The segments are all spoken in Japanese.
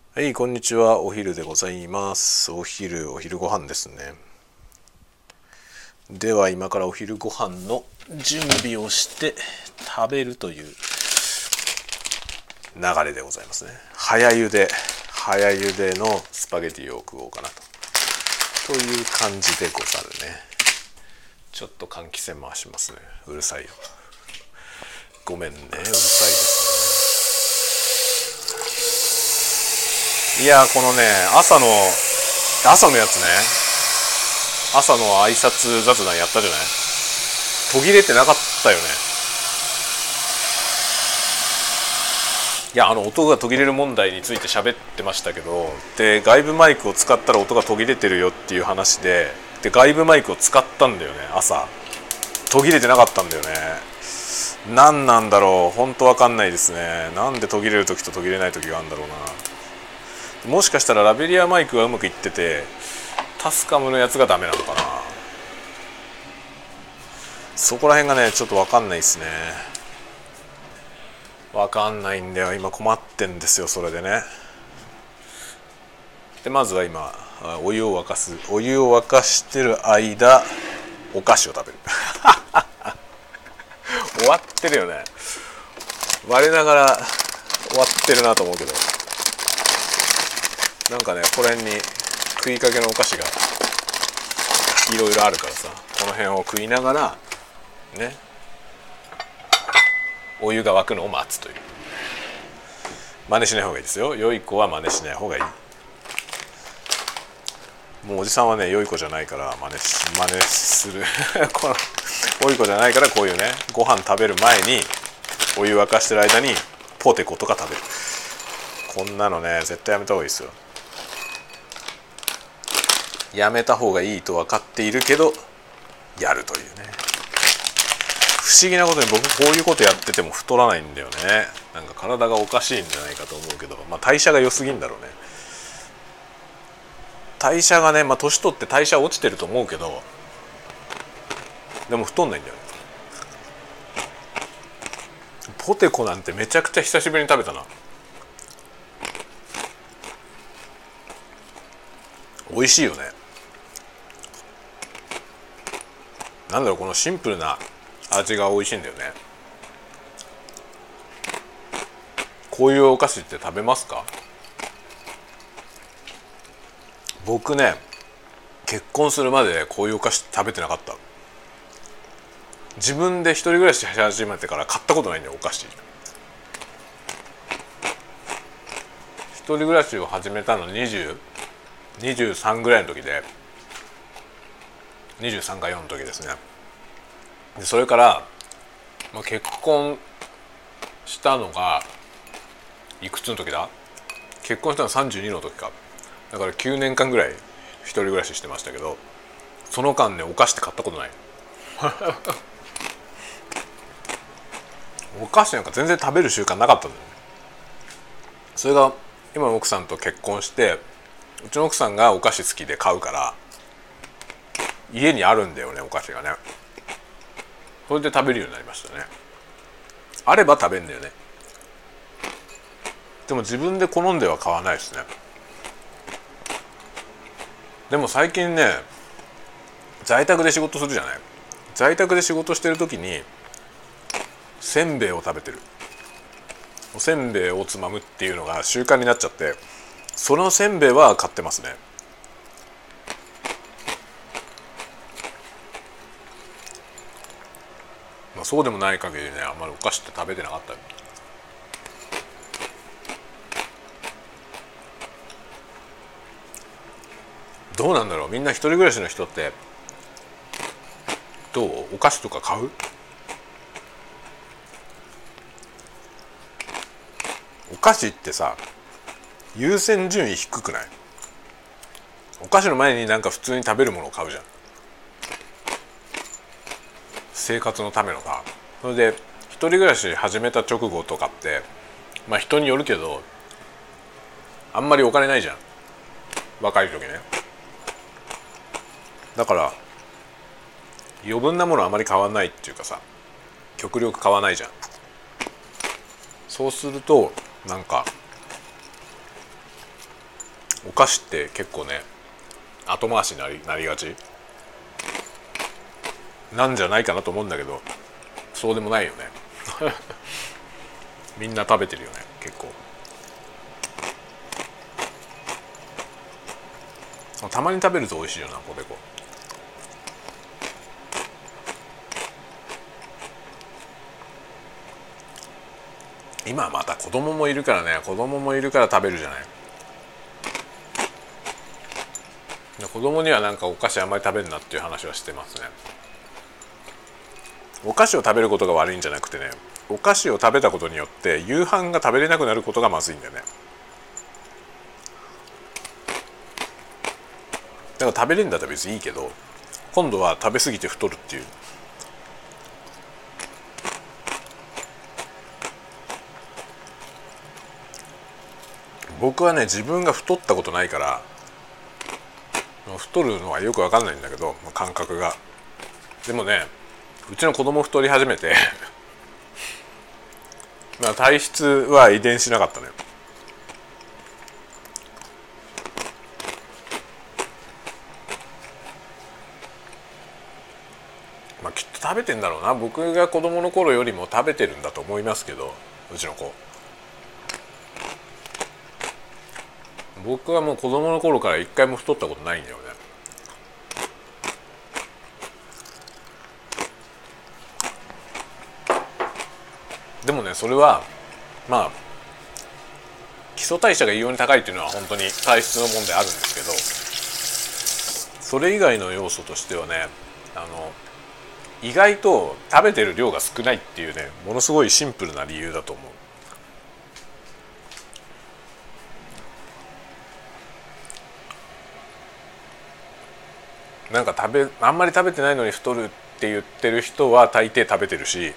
はい、こんにちは。お昼でございます。お昼ご飯ですね。では今からお昼ご飯の準備をして食べるという流れでございますね。早茹でのスパゲティを食おうかなという感じでござるね。ちょっと換気扇回しますね。うるさいよ。ごめんね、うるさいですね。いやこのね朝のやつね、朝の挨拶雑談やったじゃない。途切れてなかったよね。いや音が途切れる問題について喋ってましたけど、で外部マイクを使ったら音が途切れてるよっていう話で、外部マイクを使ったんだよね。朝途切れてなかったんだよね。何なんだろう、本当わかんないですね。なんで途切れる時と途切れない時があるんだろうな。もしかしたらラベリアマイクがうまくいっててタスカムのやつがダメなのかな。そこら辺がねちょっと分かんないですね。分かんないんだよ、今困ってんですよ。それでね、でまずは今お湯を沸かしてる間お菓子を食べる終わってるよね。我ながら終わってるなと思うけど、なんかねこの辺に食いかけのお菓子がいろいろあるからさ、この辺を食いながらねお湯が沸くのを待つという。真似しない方がいいですよ。良い子は真似しない方がいい。もうおじさんはね良い子じゃないから真似するこの良い子じゃないから、こういうねご飯食べる前にお湯沸かしてる間にポテコとか食べる。こんなのね絶対やめた方がいいですよ。やめた方がいいと分かっているけどやるというね。不思議なことに僕こういうことやってても太らないんだよね。なんか体がおかしいんじゃないかと思うけど、代謝が良すぎんだろうね。代謝がね、年取って代謝落ちてると思うけど、でも太んないんだよね。ポテコなんてめちゃくちゃ久しぶりに食べたな。美味しいよね。なんだろう、このシンプルな味が美味しいんだよね。こういうお菓子って食べますか？僕ね結婚するまでこういうお菓子食べてなかった。自分で一人暮らしし始めてから買ったことないんだよ、お菓子。一人暮らしを始めたの23ぐらいの時で、23か4の時ですね。でそれから、結婚したのがいくつの時だ。結婚したの32の時か。だから9年間ぐらい一人暮らししてましたけど、その間ねお菓子って買ったことないお菓子なんか全然食べる習慣なかったんだよね。それが今の奥さんと結婚して、うちの奥さんがお菓子好きで買うから家にあるんだよね、お菓子がね。それで食べるようになりましたね。あれば食べるんだよね。でも自分で好んでは買わないですね。でも最近ね在宅で仕事するじゃない。在宅で仕事してる時にせんべいを食べてる。おせんべいをつまむっていうのが習慣になっちゃって、そのせんべいは買ってますね。そうでもない限りねあんまりお菓子って食べてなかった。どうなんだろう、みんな一人暮らしの人ってどう？お菓子とか買う？お菓子ってさ優先順位低くない？お菓子の前になんか普通に食べるものを買うじゃん、生活のためのさ。それで一人暮らし始めた直後とかって人によるけどあんまりお金ないじゃん、若い時ね。だから余分なものあまり買わないっていうかさ、極力買わないじゃん。そうするとなんかお菓子って結構ね後回しになりがちなんじゃないかなと思うんだけど、そうでもないよねみんな食べてるよね結構。たまに食べると美味しいよなポテコ。今また子供もいるからね、子供もいるから食べるじゃない。子供にはなんかお菓子あんまり食べるなっていう話はしてますね。お菓子を食べることが悪いんじゃなくてね、お菓子を食べたことによって夕飯が食べれなくなることがまずいんだよね。だから食べれるんだったら別にいいけど、今度は食べ過ぎて太るっていう。僕はね自分が太ったことないから太るのはよく分かんないんだけど、感覚が。でもねうちの子供太り始めて体質は遺伝しなかったのよ。きっと食べてんだろうな。僕が子供の頃よりも食べてるんだと思いますけど、うちの子。僕はもう子供の頃から一回も太ったことないんだよね。でもねそれはまあ基礎代謝が異様に高いっていうのは本当に体質の問題あるんですけど、それ以外の要素としてはね意外と食べてる量が少ないっていうね、ものすごいシンプルな理由だと思う。なんかあんまり食べてないのに太るって言ってる人は大抵食べてるし、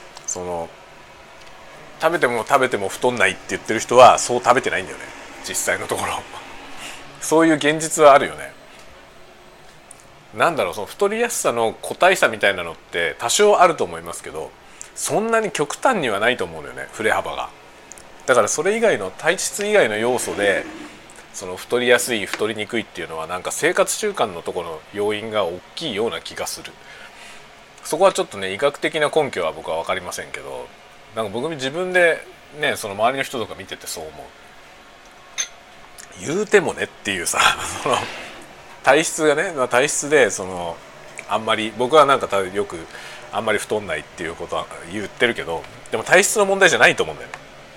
食べても食べても太んないって言ってる人はそう食べてないんだよね実際のところそういう現実はあるよね。なんだろう、その太りやすさの個体差みたいなのって多少あると思いますけど、そんなに極端にはないと思うのよね振れ幅が。だからそれ以外の体質以外の要素でその太りやすい太りにくいっていうのはなんか生活習慣のところの要因が大きいような気がする。そこはちょっとね医学的な根拠は僕は分かりませんけど、なんか僕自分でねその周りの人とか見ててそう思う。言うてもねっていうさその体質がね、体質であんまり僕はなんかよくあんまり太んないっていうことは言ってるけど、でも体質の問題じゃないと思うんだよね。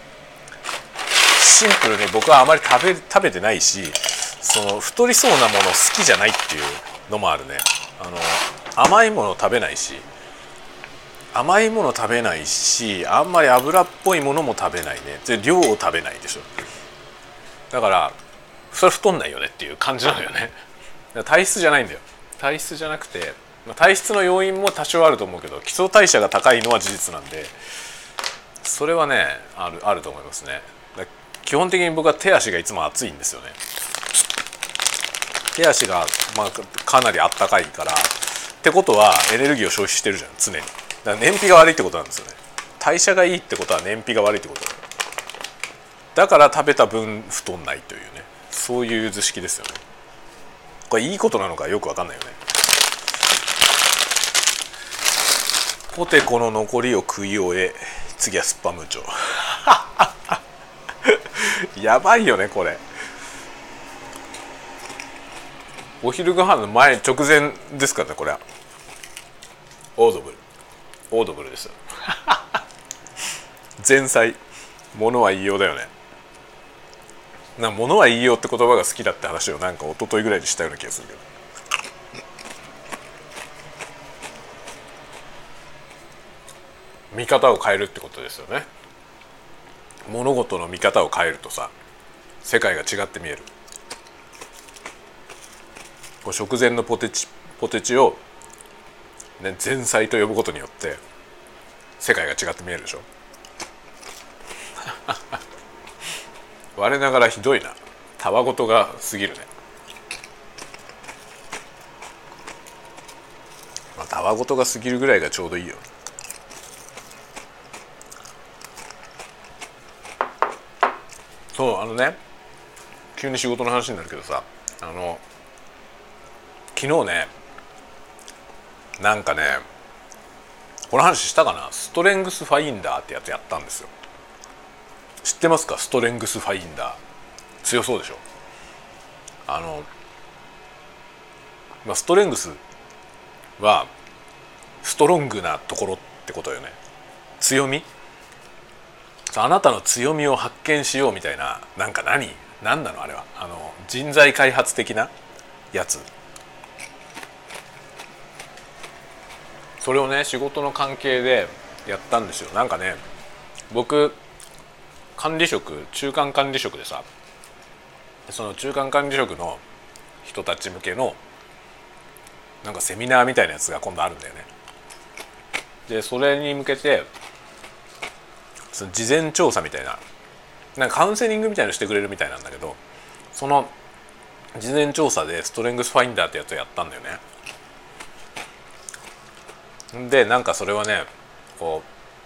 シンプルに僕はあまり食べてないし、太りそうなもの好きじゃないっていうのもあるね。甘いもの食べないしあんまり油っぽいものも食べないね。で量を食べないでしょ。だからそれ太んないよねっていう感じなのよね。体質じゃないんだよ。体質じゃなくて体質の要因も多少あると思うけど、基礎代謝が高いのは事実なんで、それはねあると思いますね。基本的に僕は手足がいつも熱いんですよね。手足が、かなりあったかいからってことはエネルギーを消費してるじゃん常に。だから燃費が悪いってことなんですよね。代謝がいいってことは燃費が悪いってことだから食べた分太んないというね、そういう図式ですよね。これいいことなのかよく分かんないよね。ポテコの残りを食い終え、次はスッパムーチョやばいよねこれ。お昼ご飯の直前ですからねこれは。オードブルですよ前菜。物は言いようだよね。物は言いようって言葉が好きだって話をなんか一昨日ぐらいにしたような気がするけど、見方を変えるってことですよね。物事の見方を変えるとさ世界が違って見える。食前のポテチを、ね、前菜と呼ぶことによって世界が違って見えるでしょ我ながらひどいな。たわごとが過ぎるね。たわごとが過ぎるぐらいがちょうどいいよ。そう急に仕事の話になるけどさ、昨日ね、なんかね、この話したかな、ストレングスファインダーってやつやったんですよ。知ってますか？ストレングスファインダー強そうでしょ。ストレングスはストロングなところってことよね。強み、あなたの強みを発見しようみたいな、なんか何なのあれは。人材開発的なやつ。それをね、仕事の関係でやったんですよ。なんかね、僕管理職、中間管理職でさ、その中間管理職の人たち向けのなんかセミナーみたいなやつが今度あるんだよね。でそれに向けてその事前調査みたいな、なんかカウンセリングみたいなのしてくれるみたいなんだけど、その事前調査でストレングスファインダーってやつをやったんだよね。でなんかそれはね、こ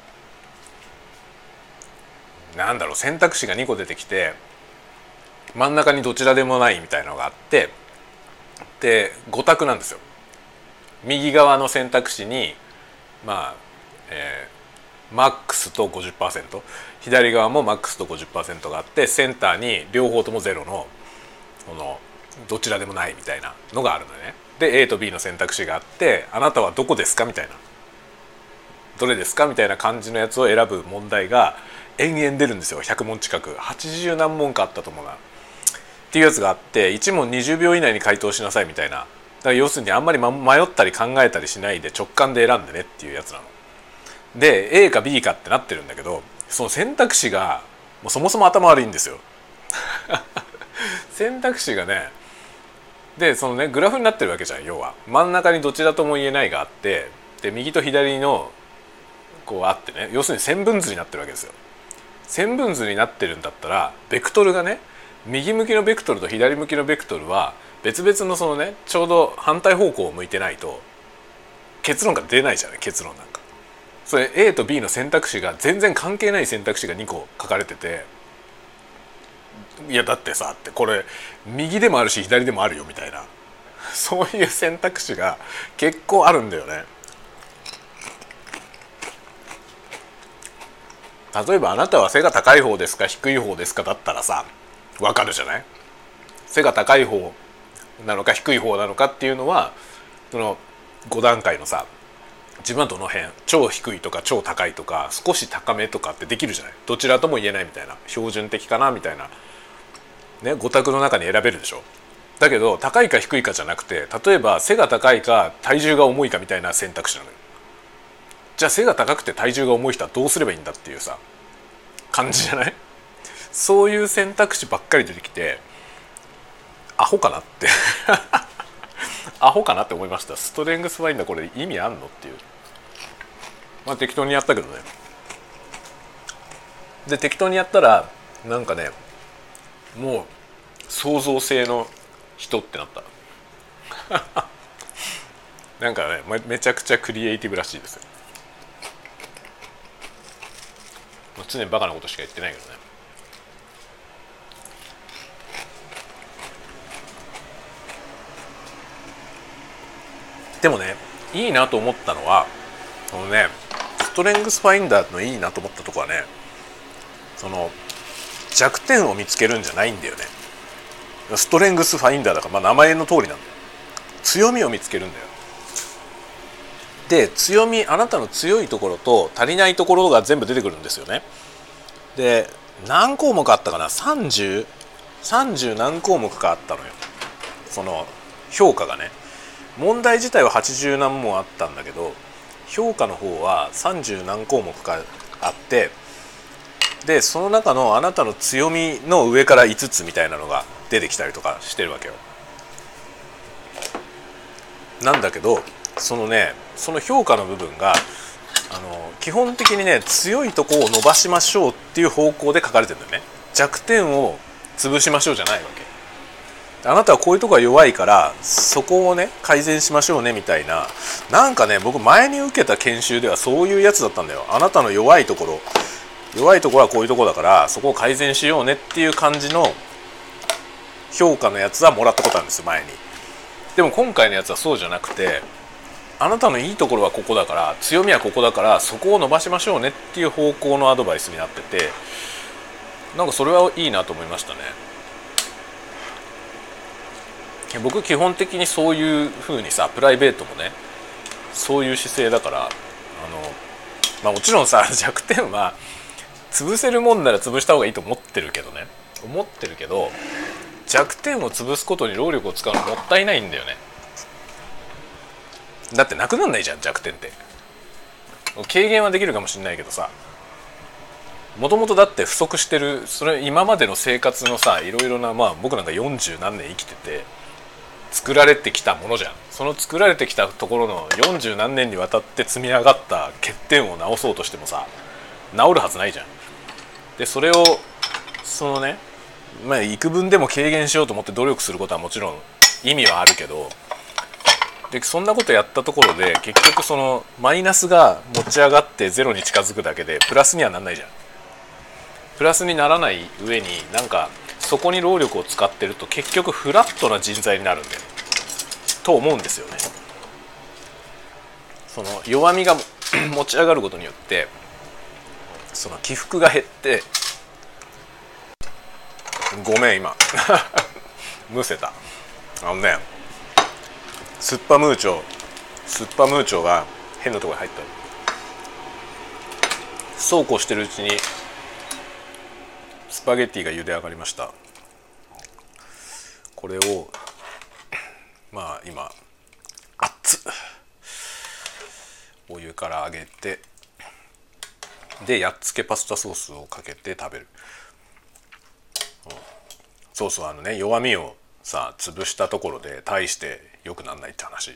うなんだろう、選択肢が2個出てきて、真ん中にどちらでもないみたいなのがあって、で5択なんですよ。右側の選択肢にマックスと 50%、 左側もマックスと 50% があって、センターに両方ともゼロのどちらでもないみたいなのがあるのね。で A と B の選択肢があって、あなたはどこですかみたいな、どれですかみたいな感じのやつを選ぶ問題が延々出るんですよ。100問近く、80何問かあったと思うなっていうやつがあって、1問20秒以内に回答しなさいみたいな。だから要するにあんまり迷ったり考えたりしないで直感で選んでねっていうやつなので、 A か B かってなってるんだけど、その選択肢がもうそもそも頭悪いんですよ選択肢がね、でそのねグラフになってるわけじゃん。要は真ん中にどちらとも言えないがあって、で右と左のこうあってね、要するに線分図になってるわけですよ。線分図になってるんだったら、ベクトルがね、右向きのベクトルと左向きのベクトルは別々のそのね、ちょうど反対方向を向いてないと結論が出ないじゃない。結論なんかそれ A と B の選択肢が全然関係ない選択肢が2個書かれてて、いやだってさって、これ右でもあるし左でもあるよみたいな、そういう選択肢が結構あるんだよね。例えばあなたは背が高い方ですか低い方ですかだったらさ、分かるじゃない。背が高い方なのか低い方なのかっていうのは、その5段階のさ、自分はどの辺、超低いとか超高いとか少し高めとかってできるじゃない。どちらとも言えないみたいな、標準的かなみたいなね、5択の中に選べるでしょ。だけど高いか低いかじゃなくて、例えば背が高いか体重が重いかみたいな選択肢なのよ。じゃあ背が高くて体重が重い人はどうすればいいんだっていうさ感じじゃない。そういう選択肢ばっかり出てきて、アホかなってアホかなって思いました。ストレングスファインダーこれ意味あんのっていう。まあ適当にやったけどね。で適当にやったらなんかね、もう創造性の人ってなったなんかね、めちゃくちゃクリエイティブらしいですよ。常にバカなことしか言ってないけどね。でもね、いいなと思ったのは、そのね、ストレングスファインダーのいいなと思ったとこはね、その弱点を見つけるんじゃないんだよね。ストレングスファインダーだから、まあ、名前の通りなんだよ。強みを見つけるんだよ。で強み、あなたの強いところと足りないところが全部出てくるんですよね。で何項目あったかな、30何項目かあったのよ、その評価がね。問題自体は80何問あったんだけど、評価の方は30何項目かあって、でその中のあなたの強みの上から5つみたいなのが出てきたりとかしてるわけよ。なんだけどそのね、その評価の部分が基本的にね、強いとこを伸ばしましょうっていう方向で書かれてるんだよね。弱点を潰しましょうじゃないわけ。あなたはこういうとこが弱いからそこをね改善しましょうねみたいな。なんかね、僕前に受けた研修ではそういうやつだったんだよ。あなたの弱いところはこういうところだからそこを改善しようねっていう感じの評価のやつはもらったことあるんですよ前に。でも今回のやつはそうじゃなくて、あなたのいいところはここだから、強みはここだから、そこを伸ばしましょうねっていう方向のアドバイスになってて、なんかそれはいいなと思いましたね。僕基本的にそういう風にさ、プライベートもねそういう姿勢だから、もちろんさ、弱点は潰せるもんなら潰した方がいいと思ってるけど、弱点を潰すことに労力を使うのもったいないんだよね。だってなくなんないじゃん、弱点って。軽減はできるかもしれないけどさ、もともとだって不足してる、それ今までの生活のさ、いろいろな、僕なんか40何年生きてて作られてきたものじゃん。その作られてきたところの40何年にわたって積み上がった欠点を直そうとしてもさ、治るはずないじゃん。でそれをそのね、幾分でも軽減しようと思って努力することはもちろん意味はあるけど、でそんなことやったところで結局そのマイナスが持ち上がってゼロに近づくだけでプラスにはなんないじゃん。プラスにならない上に、なんかそこに労力を使ってると結局フラットな人材になるんだよと思うんですよね。その弱みが持ち上がることによってその起伏が減って、ごめん今むせた。スッパムーチョが変なところに入った。そうこうしてるうちにスパゲッティが茹で上がりました。これを今熱お湯から上げて、でやっつけパスタソースをかけて食べる。そうそう、弱みをさ潰したところで大して良くなんないって話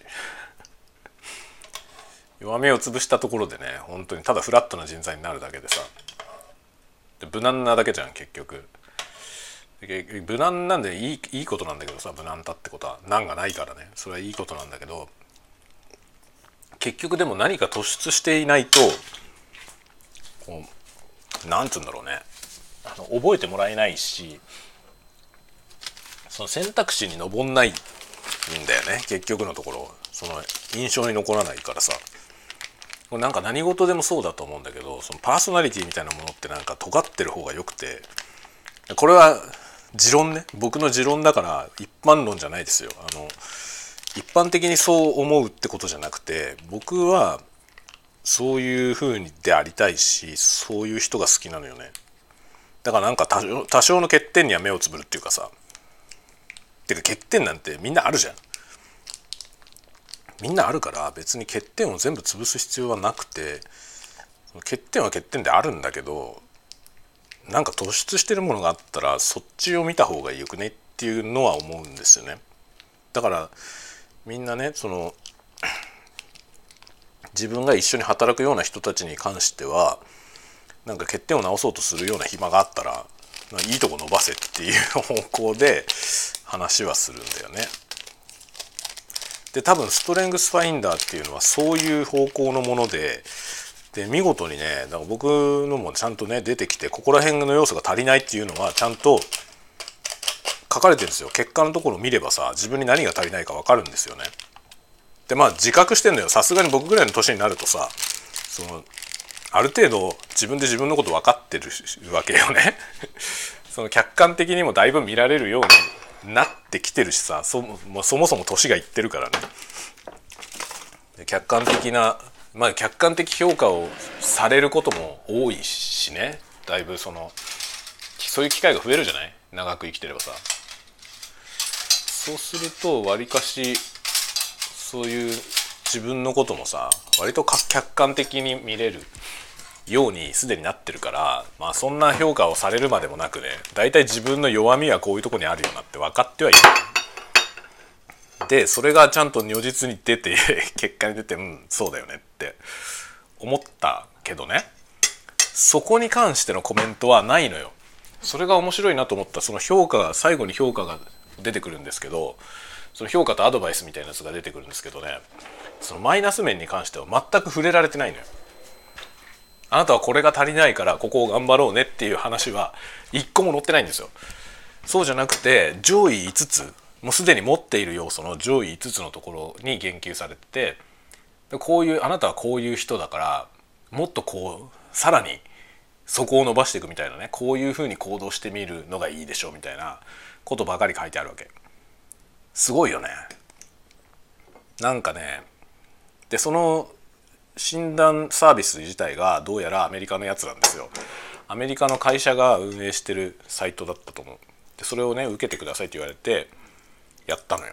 弱みを潰したところでね、本当にただフラットな人材になるだけでさ、で無難なだけじゃん結局。無難なんでいいことなんだけどさ、無難だってことは難がないからね、それはいいことなんだけど、結局でも何か突出していないとなんつうんだろうね、覚えてもらえないし、その選択肢に上んないんだよね結局のところ。その印象に残らないからさ、なんか何事でもそうだと思うんだけど、そのパーソナリティみたいなものってなんか尖ってる方がよくて、これは持論ね、僕の持論だから一般論じゃないですよ。一般的にそう思うってことじゃなくて、僕はそういう風にでありたいし、そういう人が好きなのよね。だからなんか多少の欠点には目をつぶるっていうかさ、てか欠点なんてみんなあるじゃん。みんなあるから別に欠点を全部潰す必要はなくて、欠点は欠点であるんだけど、なんか突出してるものがあったらそっちを見た方がよくねっていうのは思うんですよね。だからみんなね、その自分が一緒に働くような人たちに関しては、なんか欠点を直そうとするような暇があったらいいとこ伸ばせっていう方向で話はするんだよね。で多分ストレングスファインダーっていうのはそういう方向のもので、見事にね、だから僕のもちゃんとね出てきて、ここら辺の要素が足りないっていうのはちゃんと書かれてるんですよ。結果のところを見ればさ、自分に何が足りないか分かるんですよね。で自覚してんのよ。さすがに僕ぐらいの年になるとさ、そのある程度自分で自分のこと分かってるわけよねその客観的にもだいぶ見られるようになってきてるしさ、そもそも年がいってるからね。客観的評価をされることも多いしね、だいぶそういう機会が増えるじゃない、長く生きてればさ。そうするとわりかしそういう自分のこともさ、割と客観的に見れるようにすでになってるから、そんな評価をされるまでもなくね、だいたい自分の弱みはこういうとこにあるよなって分かってはいる。でそれがちゃんと如実に出て結果に出て、そうだよねって思ったけどね、そこに関してのコメントはないのよ。それが面白いなと思った。その評価が、最後に評価が出てくるんですけど、その評価とアドバイスみたいなやつが出てくるんですけどね、そのマイナス面に関しては全く触れられてないのよ。あなたはこれが足りないからここを頑張ろうねっていう話は一個も載ってないんですよ。 そうじゃなくて上位5つ、もうすでに持っている要素の上位5つのところに言及されてて、こういうあなたはこういう人だからもっとこうさらにそこを伸ばしていくみたいなね、こういうふうに行動してみるのがいいでしょうみたいなことばかり書いてあるわけ。すごいよね。なんかね、でその診断サービス自体がどうやらアメリカのやつなんですよ。アメリカの会社が運営してるサイトだったと思う。でそれをね受けてくださいって言われてやったのよ。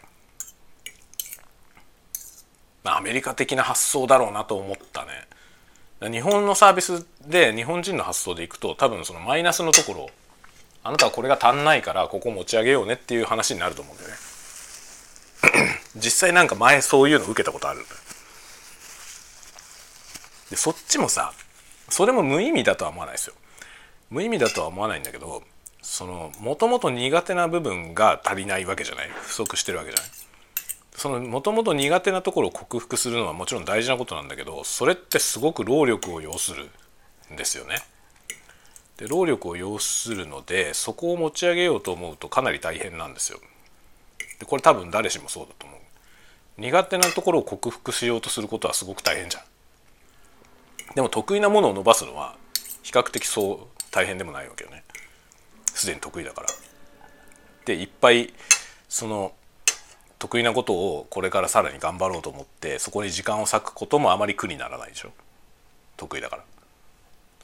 アメリカ的な発想だろうなと思ったね。日本のサービスで日本人の発想でいくと多分そのマイナスのところ、あなたはこれが足んないからここ持ち上げようねっていう話になると思うんだよね。実際なんか前そういうの受けたことあるんだよ。でそっちもさ、それも無意味だとは思わないですよ。無意味だとは思わないんだけど、そのもともと苦手な部分が足りないわけじゃない、不足してるわけじゃない。そのもともと苦手なところを克服するのはもちろん大事なことなんだけど、それってすごく労力を要するんですよね。で労力を要するのでそこを持ち上げようと思うとかなり大変なんですよ。でこれ多分誰しもそうだと思う。苦手なところを克服しようとすることはすごく大変じゃん。でも得意なものを伸ばすのは比較的そう大変でもないわけよね。すでに得意だから。でいっぱいその得意なことをこれからさらに頑張ろうと思ってそこに時間を割くこともあまり苦にならないでしょ、得意だから。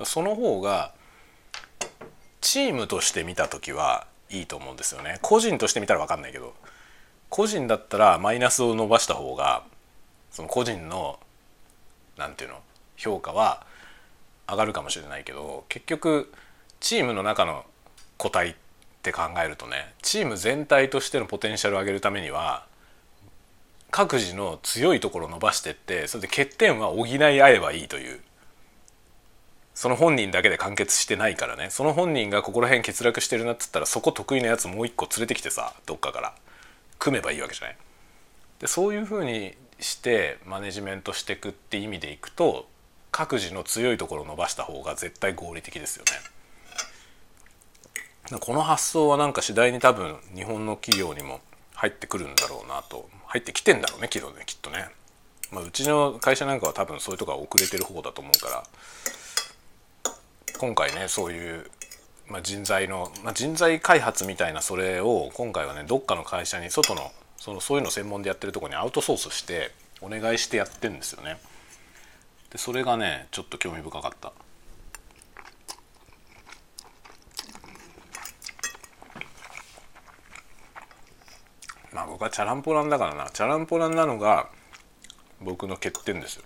その方がチームとして見た時はいいと思うんですよね。個人として見たら分かんないけど、個人だったらマイナスを伸ばした方がその個人のなんていうの評価は上がるかもしれないけど、結局チームの中の個体って考えるとね、チーム全体としてのポテンシャルを上げるためには各自の強いところを伸ばしてって、それで欠点は補い合えばいいという、その本人だけで完結してないからね。その本人がここら辺欠落してるなっつったらそこ得意なやつもう一個連れてきてさ、どっかから組めばいいわけじゃない。でそういうふうにしてマネジメントしていくって意味でいくと各自の強いところを伸ばした方が絶対合理的ですよね。この発想はなんか次第に多分日本の企業にも入ってくるんだろうなと、入ってきてんだろうね、きっとね。うちの会社なんかは多分そういうとこが遅れてる方だと思うから、今回ねそういう、人材の、人材開発みたいなそれを今回はねどっかの会社に外のそういうの専門でやってるところにアウトソースしてお願いしてやってるんですよね。でそれがねちょっと興味深かった。僕はチャランポランだからな、チャランポランなのが僕の欠点ですよ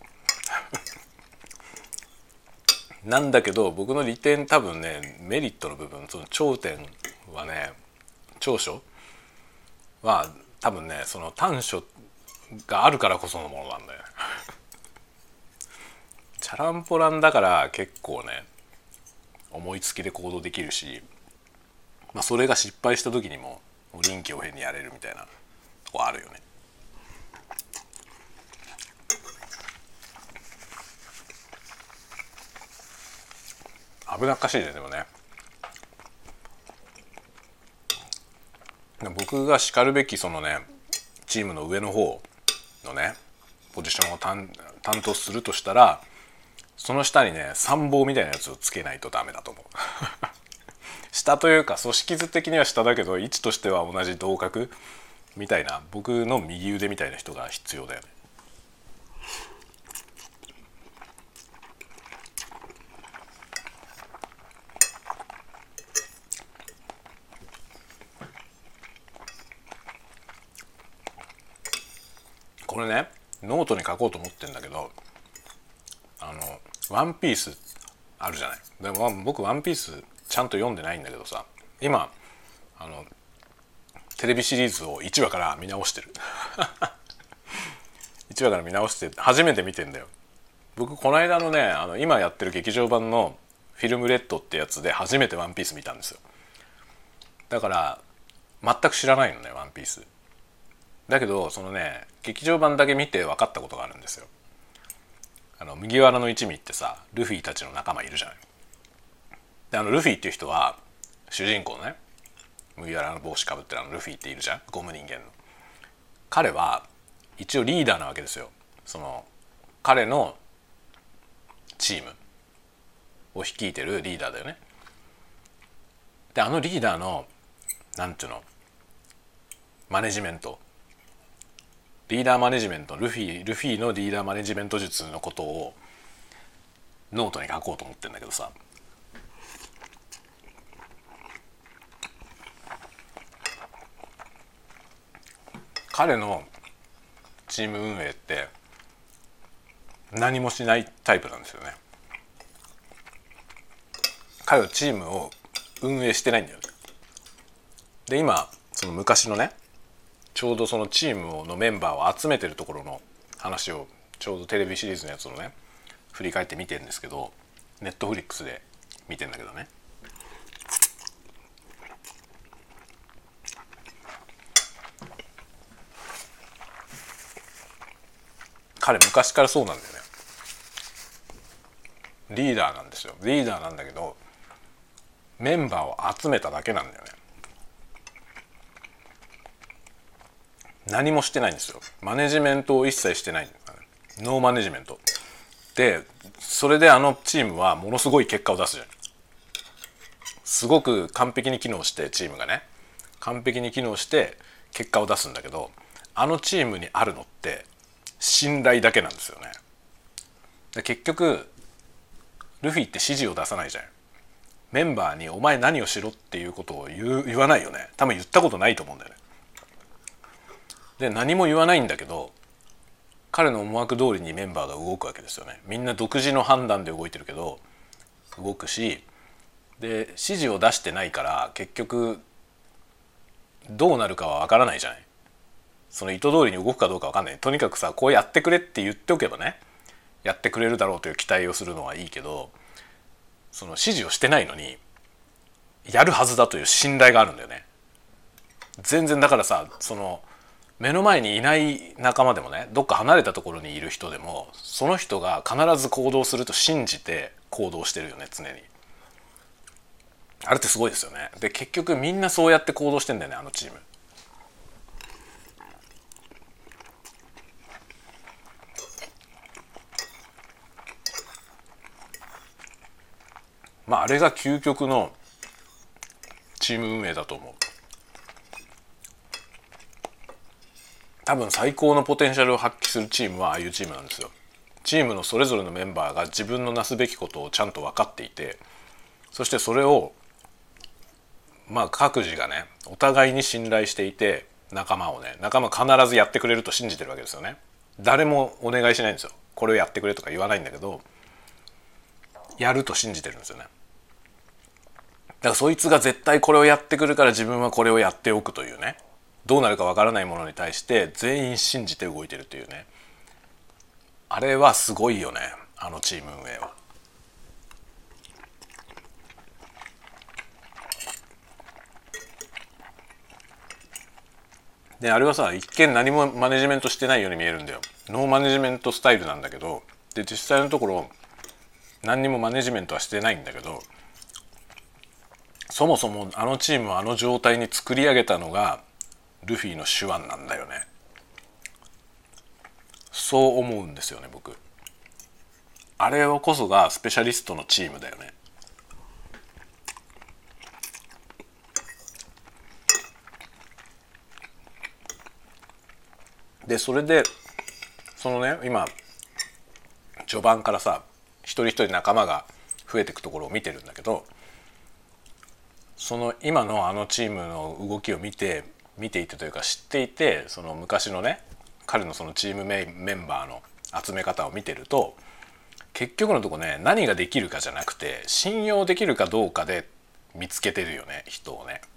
なんだけど僕の利点多分ね、メリットの部分、その頂点はね、長所は多分ねその短所があるからこそのものなんだよチャランポランだから結構ね思いつきで行動できるし、それが失敗した時にも臨機応変にやれるみたいなとこあるよね。危なっかしいね。でもね僕がしかるべきそのねチームの上の方のねポジションを担当するとしたら、その下にね参謀みたいなやつをつけないとダメだと思う下というか組織図的には下だけど位置としては同じ同格みたいな、僕の右腕みたいな人が必要だよね。これねノートに書こうと思ってんだけど、ワンピースあるじゃない。でも僕ワンピースちゃんと読んでないんだけどさ、今テレビシリーズを1話から見直してる1話から見直して初めて見てんだよ。僕この間のね今やってる劇場版のフィルムレッドってやつで初めてワンピース見たんですよ。だから全く知らないのねワンピースだけど、そのね劇場版だけ見て分かったことがあるんですよ。麦わらの一味ってさルフィたちの仲間いるじゃない。でルフィっていう人は主人公ね麦わらの帽子かぶってるルフィっているじゃん、ゴム人間の。彼は一応リーダーなわけですよ。その彼のチームを率いてるリーダーだよね。でリーダーのなんていうの、マネジメント、リーダーマネジメント、ルフィのリーダーマネジメント術のことをノートに書こうと思ってるんだけどさ、彼のチーム運営って何もしないタイプなんですよね。彼はチームを運営してないんだよね。で今その昔のね、ちょうどそのチームのメンバーを集めてるところの話をちょうどテレビシリーズのやつをね振り返って見てるんですけど、ネットフリックスで見てんだけどね、彼昔からそうなんだよね。リーダーなんですよ。リーダーなんだけどメンバーを集めただけなんだよね。何もしてないんですよ。マネジメントを一切してない。ノーマネジメントで、それでチームはものすごい結果を出すじゃん。すごく完璧に機能して、チームがね完璧に機能して結果を出すんだけど、チームにあるのって信頼だけなんですよね。で結局ルフィって指示を出さないじゃん。メンバーにお前何をしろっていうことを言わないよね。多分言ったことないと思うんだよね。で何も言わないんだけど彼の思惑通りにメンバーが動くわけですよね。みんな独自の判断で動いてるけど動くし、で指示を出してないから結局どうなるかは分からないじゃない。その意図通りに動くかどうか分かんない。とにかくさ、こうやってくれって言っておけばねやってくれるだろうという期待をするのはいいけど、その指示をしてないのにやるはずだという信頼があるんだよね。全然だからさ、その目の前にいない仲間でもね、どっか離れたところにいる人でもその人が必ず行動すると信じて行動してるよね、常に。あれってすごいですよね。で結局みんなそうやって行動してんだよね、チーム。あれが究極のチーム運営だと思う。多分最高のポテンシャルを発揮するチームはああいうチームなんですよ。チームのそれぞれのメンバーが自分のなすべきことをちゃんと分かっていて、そしてそれを各自がねお互いに信頼していて、仲間必ずやってくれると信じてるわけですよね。誰もお願いしないんですよ。これをやってくれとか言わないんだけど、やると信じてるんですよね。だからそいつが絶対これをやってくるから自分はこれをやっておくというね、どうなるかわからないものに対して全員信じて動いてるというね、あれはすごいよね、チーム運営は。であれはさ、一見何もマネジメントしてないように見えるんだよ。ノーマネジメントスタイルなんだけど、で実際のところ何にもマネジメントはしてないんだけど、そもそもチームを状態に作り上げたのがルフィの手腕なんだよね。そう思うんですよね、僕。あれこそがスペシャリストのチームだよね。でそれでそのね、今序盤からさ一人一人仲間が増えていくところを見てるんだけど、その今のチームの動きを見ていてというか知っていて、その昔のね彼のそのチームメンバーの集め方を見てると、結局のとこね、何ができるかじゃなくて信用できるかどうかで見つけてるよね、人をね。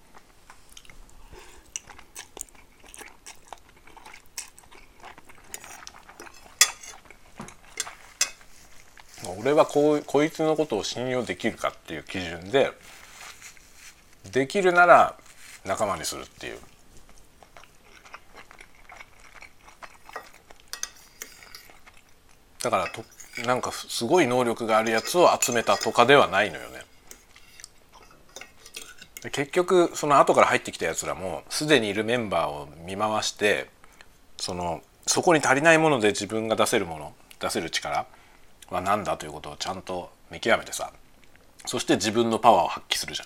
俺はこいつのことを信用できるかっていう基準で、できるなら仲間にするっていう。だからなんかすごい能力があるやつを集めたとかではないのよね。 結局その後から入ってきたやつらもすでにいるメンバーを見回して、そこに足りないもので自分が出せるもの、出せる力は何だということをちゃんと見極めてさ、そして自分のパワーを発揮するじゃん。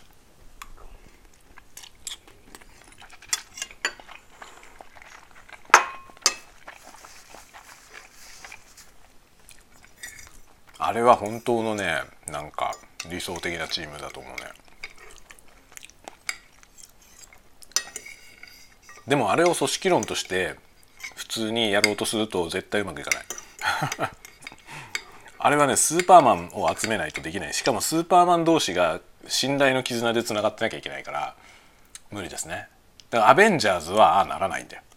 あれは本当のね、なんか理想的なチームだと思うね。でもあれを組織論として普通にやろうとすると絶対うまくいかないあれはね、スーパーマンを集めないとできない。しかもスーパーマン同士が信頼の絆でつながってなきゃいけないから無理ですね。だからアベンジャーズはああならないんだよ。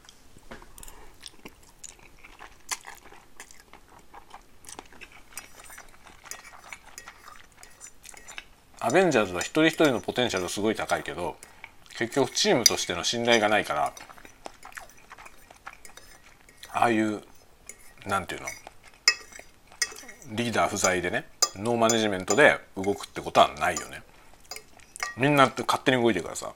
アベンジャーズは一人一人のポテンシャルすごい高いけど、結局チームとしての信頼がないから、ああいうなんていうの、リーダー不在でね、ノーマネジメントで動くってことはないよね。みんなって勝手に動いてるからさ。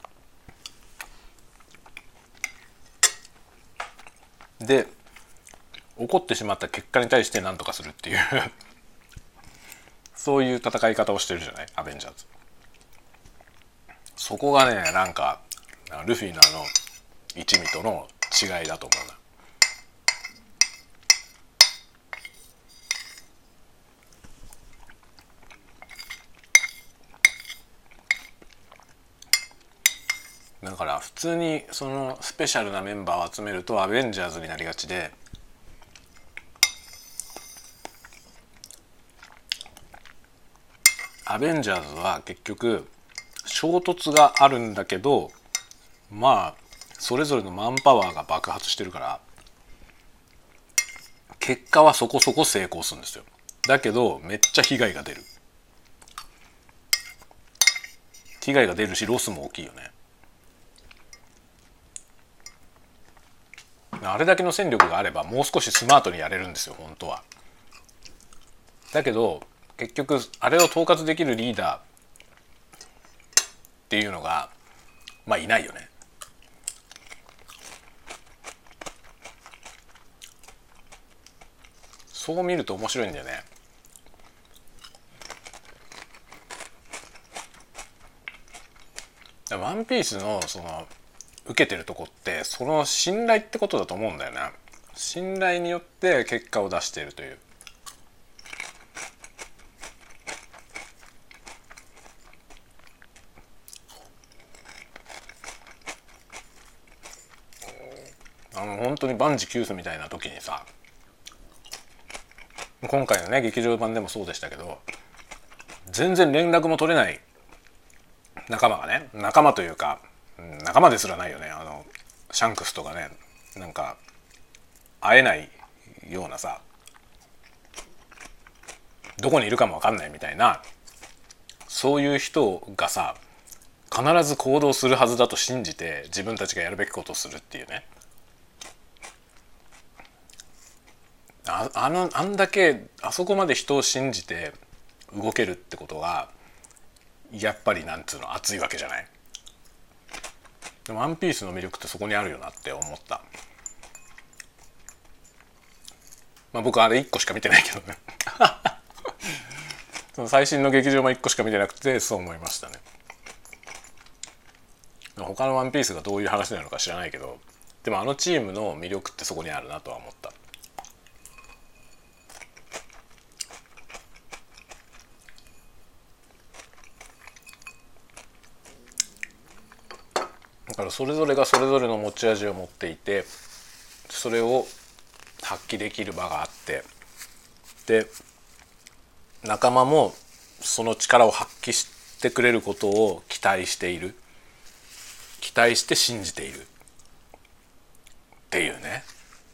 で起こってしまった結果に対して何とかするっていうそういう戦い方をしてるじゃない、アベンジャーズ。そこがね、なんかルフィの一味との違いだと思うな。だから普通にそのスペシャルなメンバーを集めるとアベンジャーズになりがちで、アベンジャーズは結局衝突があるんだけど、まあそれぞれのマンパワーが爆発してるから結果はそこそこ成功するんですよ。だけどめっちゃ被害が出る。被害が出るしロスも大きいよね。あれだけの戦力があればもう少しスマートにやれるんですよ本当は。だけど結局あれを統括できるリーダーっていうのがまあいないよね。そう見ると面白いんだよね。ワンピースのその受けてるとこってその信頼ってことだと思うんだよな。信頼によって結果を出しているという。本当に万事休すみたいな時にさ、今回のね劇場版でもそうでしたけど、全然連絡も取れない仲間がね、仲間というか仲間ですらないよね。シャンクスとかね、なんか会えないようなさ、どこにいるかも分かんないみたいな、そういう人がさ必ず行動するはずだと信じて自分たちがやるべきことをするっていうね。あんだけあそこまで人を信じて動けるってことはやっぱりなんつうの熱いわけじゃない。でもワンピースの魅力ってそこにあるよなって思った。まあ僕あれ1個しか見てないけどねその最新の劇場も1個しか見てなくてそう思いましたね。他のワンピースがどういう話なのか知らないけど、でもあのチームの魅力ってそこにあるなとは思った。だからそれぞれがそれぞれの持ち味を持っていて、それを発揮できる場があって、で仲間もその力を発揮してくれることを期待している、期待して信じているっていうね。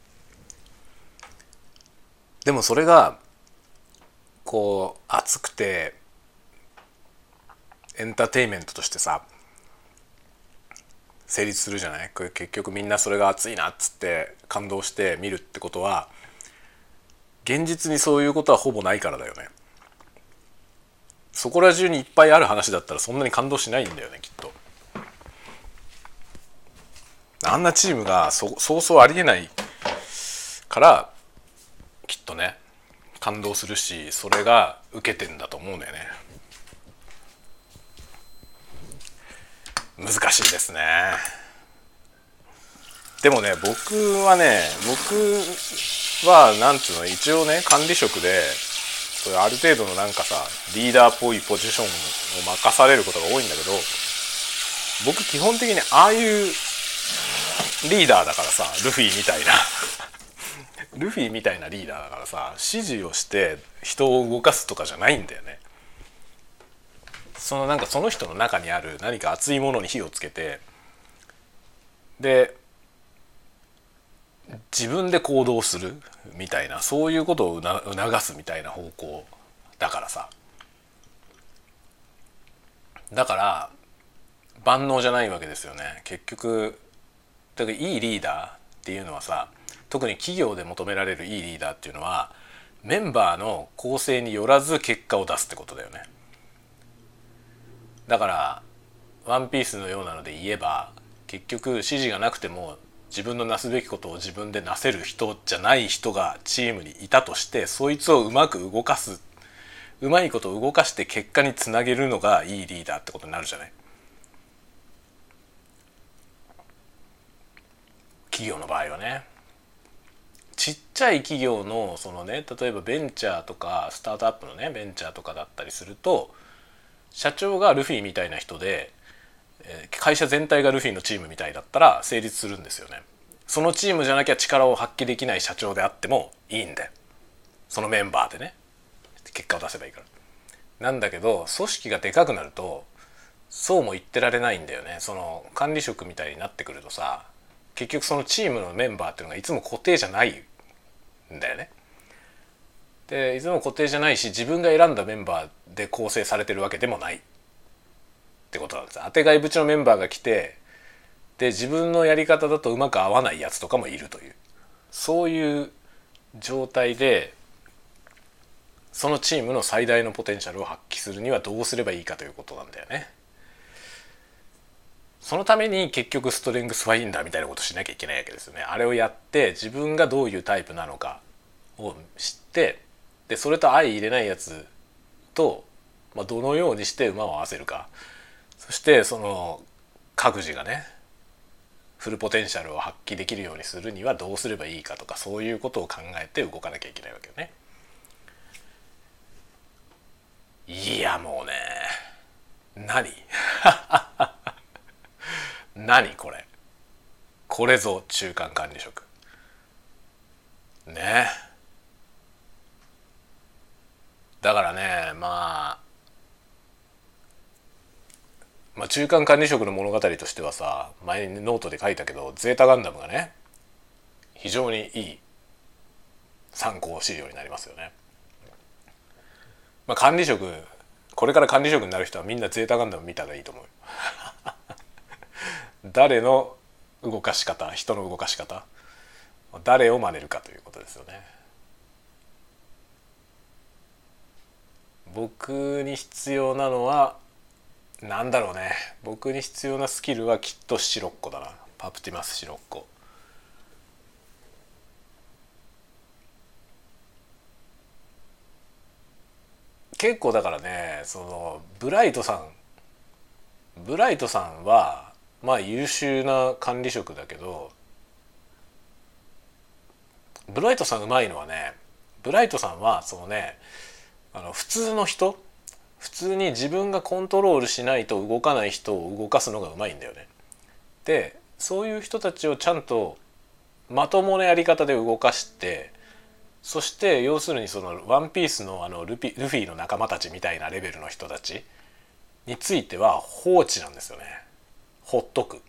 でもそれがこう熱くてエンターテインメントとしてさ成立するじゃない。これ結局みんなそれが熱いなっつって感動して見るってことは、現実にそういうことはほぼないからだよね。 そこら中にいっぱいある話だったらそんなに感動しないんだよね、きっと。あんなチームがそうそうありえないからきっとね感動するし、それが受けてんだと思うんだよね。難しいですね。でもね、僕はなんつうの、一応ね管理職でそれある程度のなんかさリーダーっぽいポジションを任されることが多いんだけど、僕基本的にああいうリーダーだからさ、ルフィみたいなルフィみたいなリーダーだからさ、指示をして人を動かすとかじゃないんだよね。なんかその人の中にある何か熱いものに火をつけて、で自分で行動するみたいな、そういうことを促すみたいな方向だからさ。だから万能じゃないわけですよね結局。だからいいリーダーっていうのはさ、特に企業で求められるいいリーダーっていうのはメンバーの構成によらず結果を出すってことだよね。だからワンピースのようなので言えば、結局指示がなくても自分のなすべきことを自分でなせる人じゃない人がチームにいたとして、そいつをうまく動かす、うまいことを動かして結果につなげるのがいいリーダーってことになるじゃない。企業の場合はね。ちっちゃい企業のそのね、例えばベンチャーとかスタートアップのねベンチャーとかだったりすると、社長がルフィみたいな人で会社全体がルフィのチームみたいだったら成立するんですよね。そのチームじゃなきゃ力を発揮できない社長であってもいいんだよ、そのメンバーでね結果を出せばいいから。なんだけど組織がでかくなるとそうも言ってられないんだよね。その管理職みたいになってくるとさ、結局そのチームのメンバーっていうのがいつも固定じゃないんだよね。でいつも固定じゃないし、自分が選んだメンバーで構成されてるわけでもないってことなんです。当てがいぶちのメンバーが来て、で自分のやり方だとうまく合わないやつとかもいるという、そういう状態でそのチームの最大のポテンシャルを発揮するにはどうすればいいかということなんだよね。そのために結局ストレングスファインダーみたいなことしなきゃいけないわけですよね。あれをやって自分がどういうタイプなのかを知って、でそれと相入れないやつと、どのようにして馬を合わせるか、そしてその各自がねフルポテンシャルを発揮できるようにするにはどうすればいいかとか、そういうことを考えて動かなきゃいけないわけよね。いやもうね、何これぞ中間管理職ね。だからね、中間管理職の物語としてはさ、前にノートで書いたけどゼータガンダムがね非常にいい参考資料になりますよね。管理職、これから管理職になる人はみんなゼータガンダム見たらいいと思う誰の動かし方、人の動かし方、誰を真似るかということですよね。僕に必要なのはなんだろうね。僕に必要なスキルはきっとシロッコだな。パプティマスシロッコ。結構だからね、そのブライトさんは優秀な管理職だけど、ブライトさんうまいのはね、ブライトさんはそのね、普通の人、普通に自分がコントロールしないと動かない人を動かすのがうまいんだよね。でそういう人たちをちゃんとまともなやり方で動かして、そして要するにそのワンピースのルフィの仲間たちみたいなレベルの人たちについては放置なんですよね。ほっとく。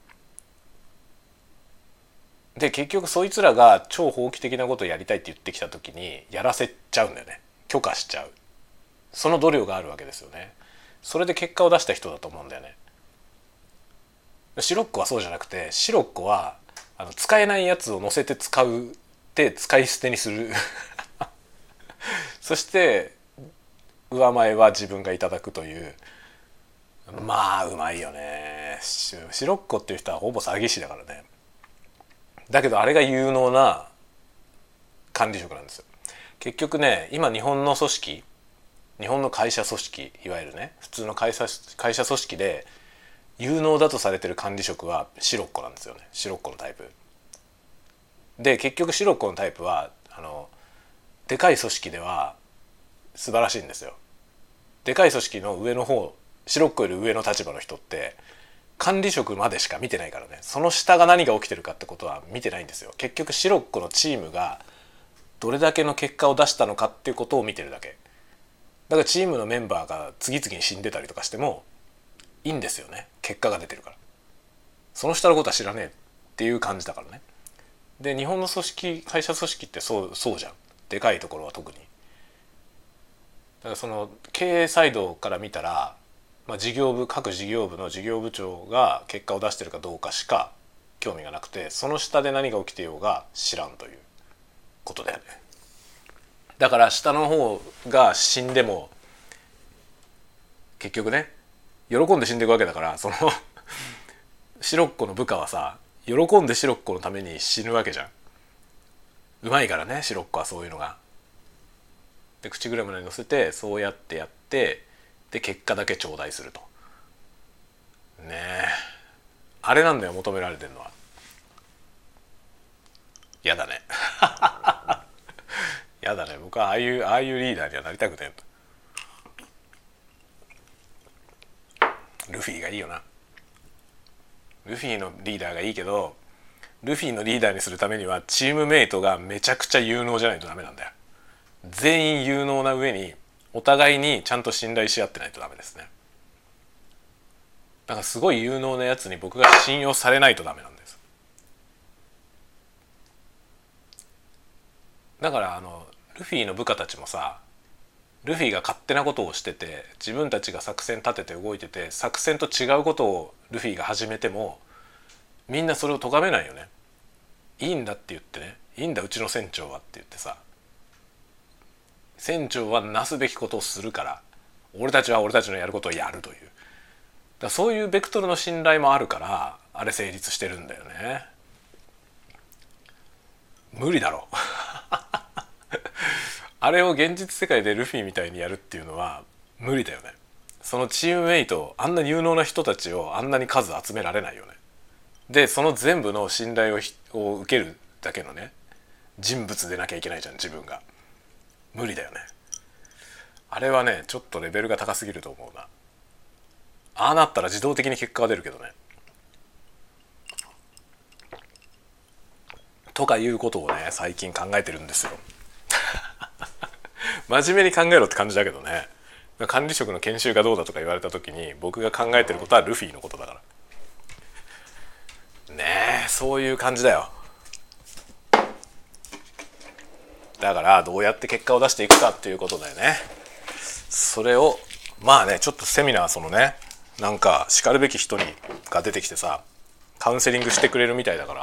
で結局そいつらが超法規的なことをやりたいって言ってきた時にやらせちゃうんだよね。許可しちゃう。その度量があるわけですよね。それで結果を出した人だと思うんだよね。シロッコはそうじゃなくて、シロッコは使えないやつを乗せて使い捨てにするそして上前は自分がいただくという。まあうまいよね。白っ子っていう人はほぼ詐欺師だからね。だけどあれが有能な管理職なんですよ。結局ね、今日本の組織、日本の会社組織、いわゆるね普通の会社組織で有能だとされてる管理職は白っ子なんですよね。白っ子のタイプで、結局白っ子のタイプはでかい組織では素晴らしいんですよ。でかい組織の上の方、白っ子より上の立場の人って管理職までしか見てないからね。その下が何が起きてるかってことは見てないんですよ。結局白っ子のチームがどれだけの結果を出したのかっていうことを見てるだけだから、チームのメンバーが次々に死んでたりとかしてもいいんですよね。結果が出てるから。その下のことは知らねえっていう感じだからね。で、日本の組織、会社組織ってそうじゃん。でかいところは特に。だからその経営サイドから見たら、事業部、各事業部の事業部長が結果を出してるかどうかしか興味がなくて、その下で何が起きてようが知らんということだよね。だから下の方が死んでも結局ね、喜んで死んでいくわけだから、その白っ子の部下はさ、喜んで白っ子のために死ぬわけじゃん。うまいからね、白っ子はそういうのが。で、口車に乗せてそうやってやって、で結果だけ頂戴するとね。え、あれなんだよ、求められてるのは。やだねやだね。僕はああいうリーダーにはなりたくねえ。ルフィがいいよな。ルフィのリーダーがいいけど、ルフィのリーダーにするためにはチームメイトがめちゃくちゃ有能じゃないとダメなんだよ。全員有能な上にお互いにちゃんと信頼し合ってないとダメですね。だからすごい有能なやつに僕が信用されないとダメなんです。だからルフィの部下たちもさ、ルフィが勝手なことをしてて、自分たちが作戦立てて動いてて、作戦と違うことをルフィが始めてもみんなそれを咎めないよね。いいんだって言ってね、いいんだうちの船長はって言ってさ、船長はなすべきことをするから、俺たちは俺たちのやることをやるという、だからそういうベクトルの信頼もあるから、あれ成立してるんだよね。無理だろあれを現実世界でルフィみたいにやるっていうのは無理だよね。そのチームメイト、あんな有能な人たちをあんなに数集められないよね。でその全部の信頼を受けるだけのね人物でなきゃいけないじゃん、自分が。無理だよね。あれはね、ちょっとレベルが高すぎると思うな。ああなったら自動的に結果が出るけどね。とかいうことをね、最近考えてるんですよ真面目に考えろって感じだけどね。管理職の研修がどうだとか言われた時に、僕が考えてることはルフィのことだからね。え、そういう感じだよ。だからどうやって結果を出していくかっていうことだよね。それをまあね、ちょっとセミナー、そのね、なんかしかるべき人が出てきてさ、カウンセリングしてくれるみたいだから、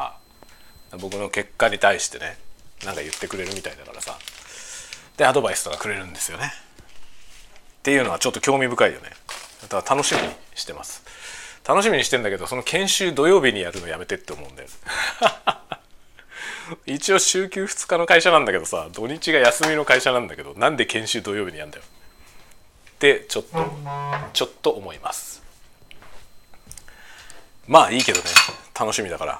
僕の結果に対してね、なんか言ってくれるみたいだからさ、でアドバイスとかくれるんですよね。っていうのはちょっと興味深いよね。だから楽しみにしてます。楽しみにしてんだけど、その研修土曜日にやるのやめてって思うんだよ一応週休2日の会社なんだけどさ、土日が休みの会社なんだけど、なんで研修土曜日にやんだよってちょっと思います。まあいいけどね、楽しみだから。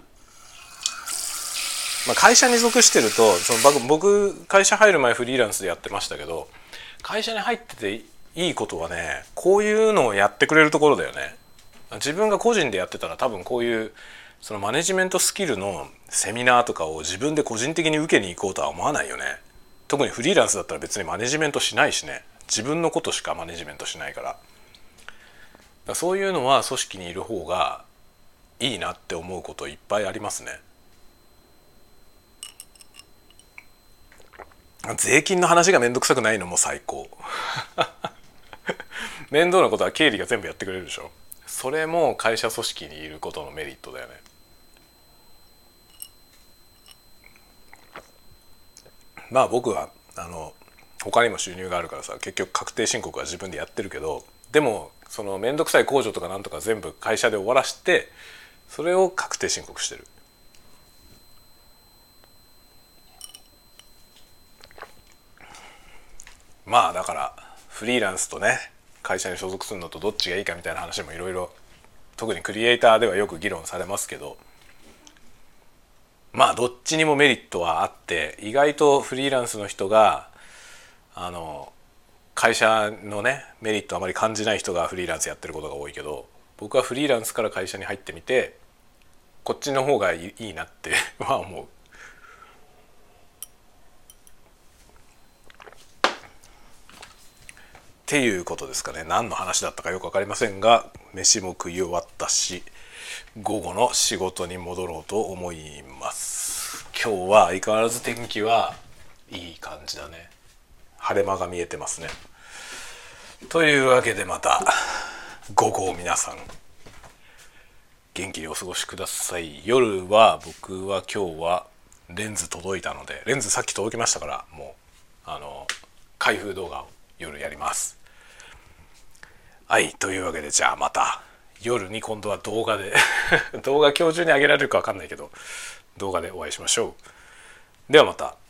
会社に属してると、僕会社入る前フリーランスでやってましたけど、会社に入ってていいことはね、こういうのをやってくれるところだよね。自分が個人でやってたら多分こういうそのマネジメントスキルのセミナーとかを自分で個人的に受けに行こうとは思わないよね。特にフリーランスだったら別にマネジメントしないしね、自分のことしかマネジメントしないから、そういうのは組織にいる方がいいなって思うこといっぱいありますね。税金の話がめんどくさくないのも最高面倒なことは経理が全部やってくれるでしょ。それも会社組織にいることのメリットだよね。まあ僕は他にも収入があるからさ、結局確定申告は自分でやってるけど、でもその面倒くさい控除とかなんとか全部会社で終わらしてそれを確定申告してる。まあだからフリーランスとね会社に所属するのとどっちがいいかみたいな話もいろいろ、特にクリエイターではよく議論されますけど、まあどっちにもメリットはあって、意外とフリーランスの人が会社のねメリットあまり感じない人がフリーランスやってることが多いけど、僕はフリーランスから会社に入ってみてこっちの方がいいなっては思う。っていうことですかね。何の話だったかよく分かりませんが、飯も食い終わったし午後の仕事に戻ろうと思います。今日は相変わらず天気はいい感じだね。晴れ間が見えてますね。というわけでまた午後皆さん元気にお過ごしください。夜は僕は今日はレンズ届いたので、レンズさっき届きましたから、もう開封動画を夜やります。はい、というわけでじゃあまた夜に今度は動画で動画今日中に上げられるか分かんないけど動画でお会いしましょう。ではまた。